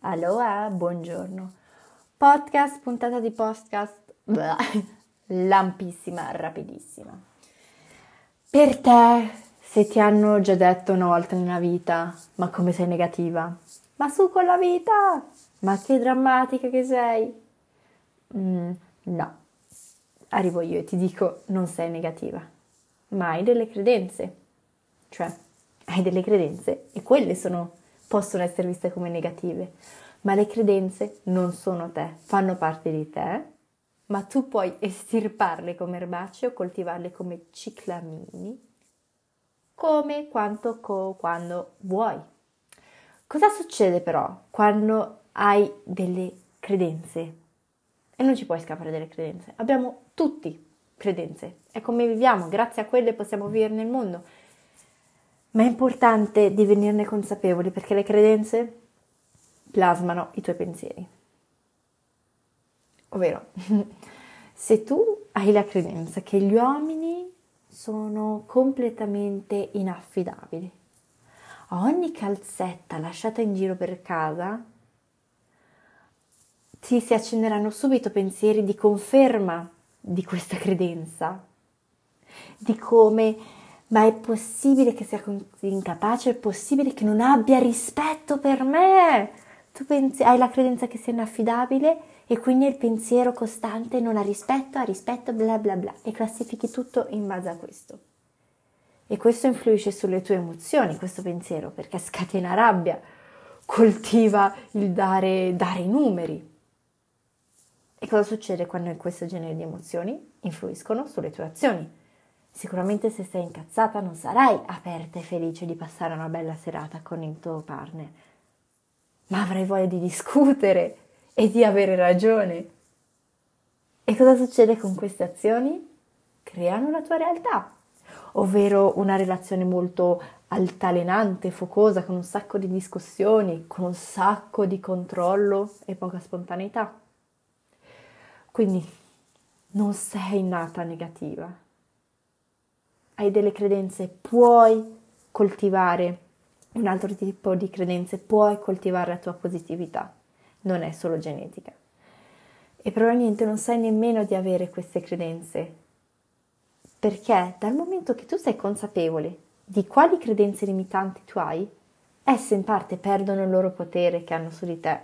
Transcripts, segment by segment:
Aloha, buongiorno. Podcast, puntata di podcast, lampissima, rapidissima. Per te, se ti hanno già detto una volta nella vita, ma come sei negativa? Ma su con la vita! Ma che drammatica che sei! No, arrivo io e ti dico, non sei negativa, ma hai delle credenze. Cioè, hai delle credenze e quelle possono essere viste come negative, ma le credenze non sono te, fanno parte di te, ma tu puoi estirparle come erbacee o coltivarle come ciclamini, come quando vuoi. Cosa succede però quando hai delle credenze? E non ci puoi scappare dalle credenze. Abbiamo tutti credenze, è come viviamo, grazie a quelle possiamo vivere nel mondo. Ma è importante divenirne consapevoli perché le credenze plasmano i tuoi pensieri. Ovvero, se tu hai la credenza che gli uomini sono completamente inaffidabili, a ogni calzetta lasciata in giro per casa ti si accenderanno subito pensieri di conferma di questa credenza, di come ma è possibile che sia così incapace, è possibile che non abbia rispetto per me. Tu hai la credenza che sia inaffidabile e quindi il pensiero costante non ha rispetto, bla bla bla e classifichi tutto in base a questo. E questo influisce sulle tue emozioni, questo pensiero, perché scatena rabbia, coltiva il dare i numeri. E cosa succede quando questo genere di emozioni influiscono sulle tue azioni? Sicuramente se sei incazzata non sarai aperta e felice di passare una bella serata con il tuo partner, ma avrai voglia di discutere e di avere ragione. E cosa succede con queste azioni? Creano la tua realtà, ovvero una relazione molto altalenante, focosa, con un sacco di discussioni, con un sacco di controllo e poca spontaneità. Quindi non sei nata negativa. Hai delle credenze, puoi coltivare un altro tipo di credenze, puoi coltivare la tua positività, non è solo genetica. E probabilmente non sai nemmeno di avere queste credenze, perché dal momento che tu sei consapevole di quali credenze limitanti tu hai, esse in parte perdono il loro potere che hanno su di te.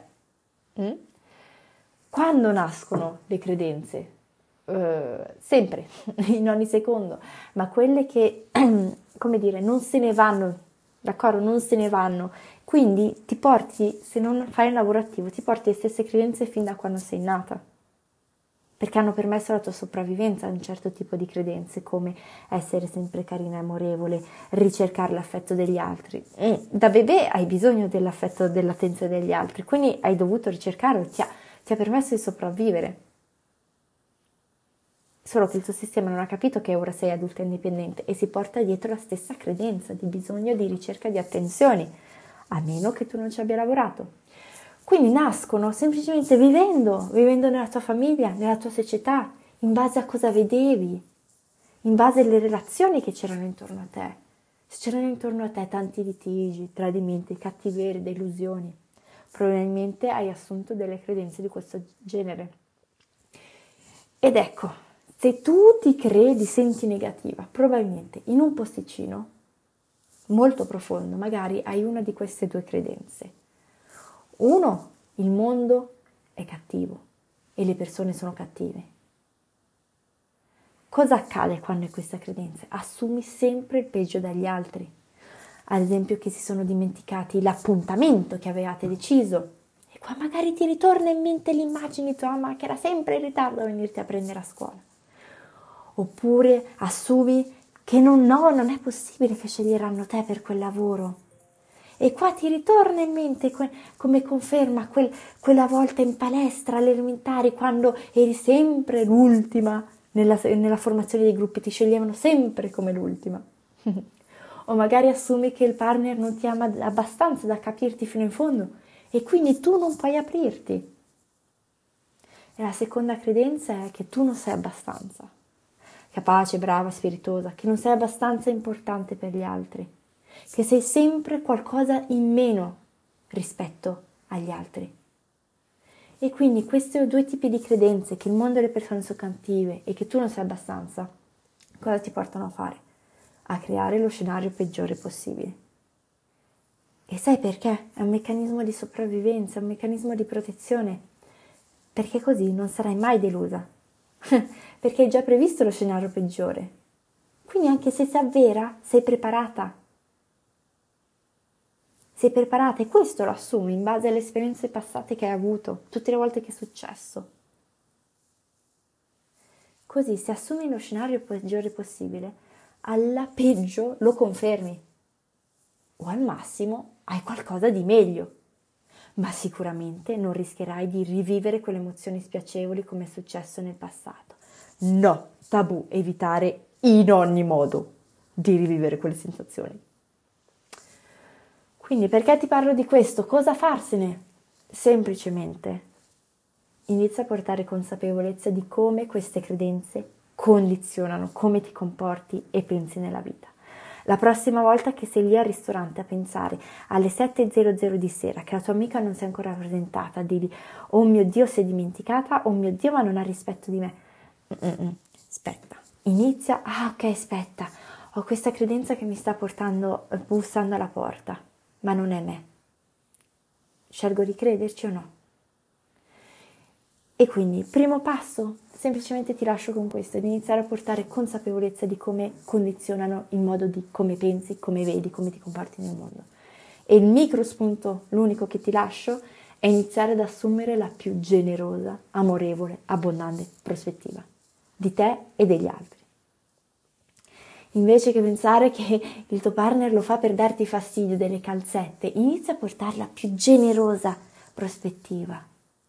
Quando nascono le credenze? Sempre, in ogni secondo, ma quelle che, come dire, non se ne vanno, d'accordo? Non se ne vanno. Quindi ti porti, se non fai un lavoro attivo, ti porti le stesse credenze fin da quando sei nata, perché hanno permesso la tua sopravvivenza a un certo tipo di credenze, come essere sempre carina e amorevole, ricercare l'affetto degli altri. Da bebè hai bisogno dell'affetto, dell'attenzione degli altri, quindi hai dovuto ricercarlo, ti ha permesso di sopravvivere. Solo che il tuo sistema non ha capito che ora sei adulta e indipendente e si porta dietro la stessa credenza di bisogno di ricerca di attenzioni, a meno che tu non ci abbia lavorato. Quindi nascono semplicemente vivendo nella tua famiglia, nella tua società, in base a cosa vedevi, in base alle relazioni che c'erano intorno a te. Se c'erano intorno a te tanti litigi, tradimenti, cattiverie, delusioni, probabilmente hai assunto delle credenze di questo genere. Ed ecco, se tu ti senti negativa, probabilmente in un posticino molto profondo, magari hai una di queste due credenze. Uno, il mondo è cattivo e le persone sono cattive. Cosa accade quando hai questa credenza? Assumi sempre il peggio dagli altri. Ad esempio che si sono dimenticati l'appuntamento che avevate deciso e qua magari ti ritorna in mente l'immagine di tua mamma che era sempre in ritardo a venirti a prendere a scuola. Oppure assumi che non è possibile che sceglieranno te per quel lavoro. E qua ti ritorna in mente come conferma quella volta in palestra alle elementari quando eri sempre l'ultima nella formazione dei gruppi, ti sceglievano sempre come l'ultima. O magari assumi che il partner non ti ama abbastanza da capirti fino in fondo e quindi tu non puoi aprirti. E la seconda credenza è che tu non sei abbastanza capace, brava, spiritosa, che non sei abbastanza importante per gli altri, che sei sempre qualcosa in meno rispetto agli altri. E quindi questi due tipi di credenze, che il mondo e le persone sono cattive e che tu non sei abbastanza, cosa ti portano a fare? A creare lo scenario peggiore possibile. E sai perché? È un meccanismo di sopravvivenza, un meccanismo di protezione, perché così non sarai mai delusa, perché hai già previsto lo scenario peggiore. Quindi anche se si avvera, sei preparata. Sei preparata e questo lo assumi in base alle esperienze passate che hai avuto, tutte le volte che è successo. Così se assumi lo scenario peggiore possibile, alla peggio lo confermi. O al massimo hai qualcosa di meglio. Ma sicuramente non rischierai di rivivere quelle emozioni spiacevoli come è successo nel passato. No, tabù, evitare in ogni modo di rivivere quelle sensazioni. Quindi perché ti parlo di questo? Cosa farsene? Semplicemente inizia a portare consapevolezza di come queste credenze condizionano come ti comporti e pensi nella vita. La prossima volta che sei lì al ristorante a pensare alle 7:00 di sera che la tua amica non si è ancora presentata, digli: oh mio Dio, si è dimenticata, oh mio Dio, ma non ha rispetto di me. Aspetta, inizia, ok, aspetta, ho questa credenza che mi sta portando, bussando alla porta, ma non è me. Scelgo di crederci o no? E quindi, primo passo, semplicemente ti lascio con questo, di iniziare a portare consapevolezza di come condizionano il modo di come pensi, come vedi, come ti comporti nel mondo. E il micro spunto, l'unico che ti lascio, è iniziare ad assumere la più generosa, amorevole, abbondante prospettiva di te e degli altri. Invece che pensare che il tuo partner lo fa per darti fastidio delle calzette, inizia a portare la più generosa prospettiva.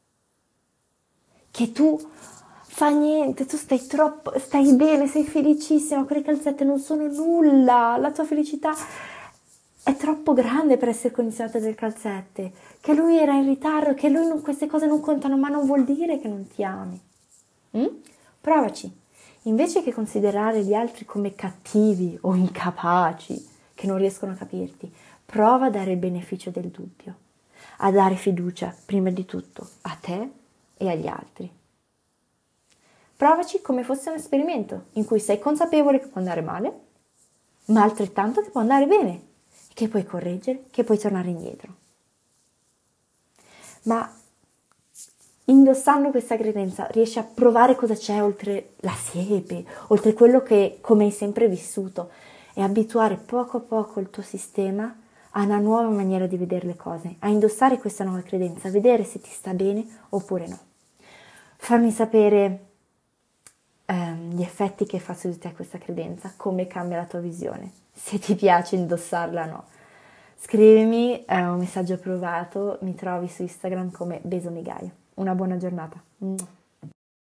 Che tu fa niente, tu stai bene, sei felicissima, quelle calzette non sono nulla, la tua felicità è troppo grande per essere condizionata dalle calzette, che lui era in ritardo, che queste cose non contano, ma non vuol dire che non ti ami. Provaci, invece che considerare gli altri come cattivi o incapaci, che non riescono a capirti, prova a dare il beneficio del dubbio, a dare fiducia prima di tutto a te e agli altri. Provaci come fosse un esperimento in cui sei consapevole che può andare male, ma altrettanto che può andare bene, che puoi correggere, che puoi tornare indietro. Ma indossando questa credenza riesci a provare cosa c'è oltre la siepe, oltre quello che come hai sempre vissuto e abituare poco a poco il tuo sistema a una nuova maniera di vedere le cose, a indossare questa nuova credenza, a vedere se ti sta bene oppure no. Fammi sapere gli effetti che fa su di te questa credenza, come cambia la tua visione, se ti piace indossarla o no. Scrivimi un messaggio provato, mi trovi su Instagram come Besomigaio. Una buona giornata.